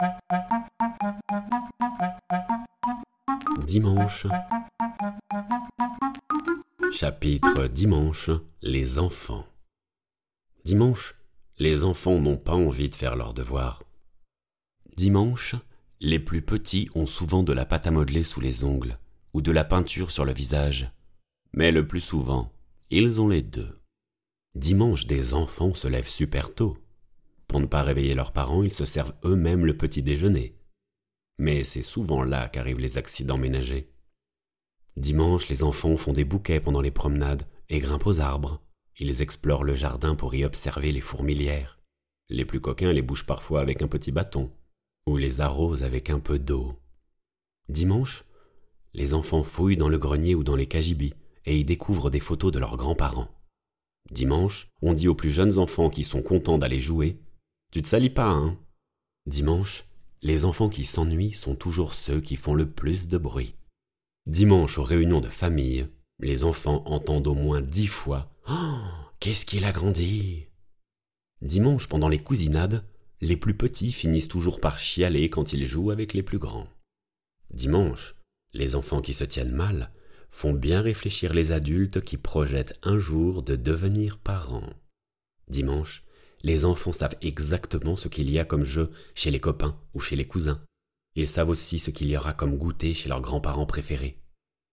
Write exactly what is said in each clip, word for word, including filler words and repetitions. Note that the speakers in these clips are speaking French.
Dimanche. Chapitre Dimanche, les enfants. Dimanche, les enfants n'ont pas envie de faire leurs devoirs. Dimanche, les plus petits ont souvent de la pâte à modeler sous les ongles ou de la peinture sur le visage. Mais le plus souvent, ils ont les deux. Dimanche, des enfants se lèvent super tôt. Pour ne pas réveiller leurs parents, ils se servent eux-mêmes le petit déjeuner. Mais c'est souvent là qu'arrivent les accidents ménagers. Dimanche, les enfants font des bouquets pendant les promenades et grimpent aux arbres. Ils explorent le jardin pour y observer les fourmilières. Les plus coquins les bougent parfois avec un petit bâton ou les arrosent avec un peu d'eau. Dimanche, les enfants fouillent dans le grenier ou dans les cagibi et y découvrent des photos de leurs grands-parents. Dimanche, on dit aux plus jeunes enfants qui sont contents d'aller jouer « Tu te salis pas, hein ?» Dimanche, les enfants qui s'ennuient sont toujours ceux qui font le plus de bruit. Dimanche, aux réunions de famille, les enfants entendent au moins dix fois « Oh, qu'est-ce qu'il a grandi !» Dimanche, pendant les cousinades, les plus petits finissent toujours par chialer quand ils jouent avec les plus grands. Dimanche, les enfants qui se tiennent mal font bien réfléchir les adultes qui projettent un jour de devenir parents. Dimanche, les enfants savent exactement ce qu'il y a comme jeu chez les copains ou chez les cousins. Ils savent aussi ce qu'il y aura comme goûter chez leurs grands-parents préférés.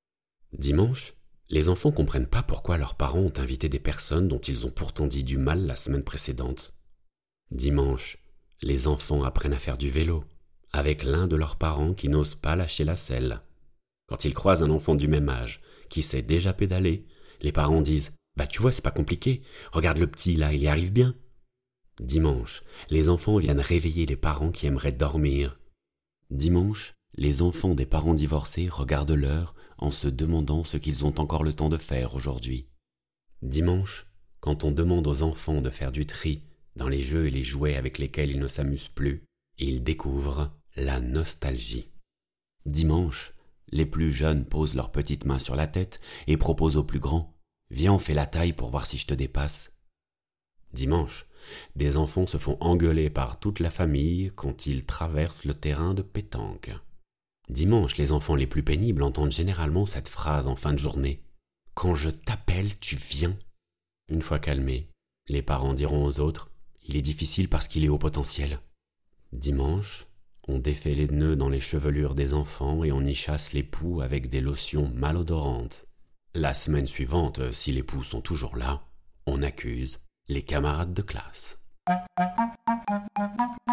Dimanche, les enfants comprennent pas pourquoi leurs parents ont invité des personnes dont ils ont pourtant dit du mal la semaine précédente. Dimanche, les enfants apprennent à faire du vélo avec l'un de leurs parents qui n'ose pas lâcher la selle. Quand ils croisent un enfant du même âge qui sait déjà pédaler, les parents disent « Bah tu vois, c'est pas compliqué, regarde le petit là, il y arrive bien ». Dimanche, les enfants viennent réveiller les parents qui aimeraient dormir. Dimanche, les enfants des parents divorcés regardent l'heure en se demandant ce qu'ils ont encore le temps de faire aujourd'hui. Dimanche, quand on demande aux enfants de faire du tri dans les jeux et les jouets avec lesquels ils ne s'amusent plus, ils découvrent la nostalgie. Dimanche, les plus jeunes posent leurs petites mains sur la tête et proposent aux plus grands « Viens, on fait la taille pour voir si je te dépasse ». Dimanche, des enfants se font engueuler par toute la famille quand ils traversent le terrain de pétanque. Dimanche, les enfants les plus pénibles entendent généralement cette phrase en fin de journée « Quand je t'appelle, tu viens ». Une fois calmés, les parents diront aux autres « Il est difficile parce qu'il est au potentiel ». Dimanche, on défait les nœuds dans les chevelures des enfants et on y chasse les poux avec des lotions malodorantes. La semaine suivante, si les poux sont toujours là, on accuse les camarades de classe.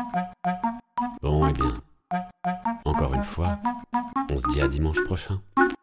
Bon, eh bien, encore une fois, on se dit à dimanche prochain.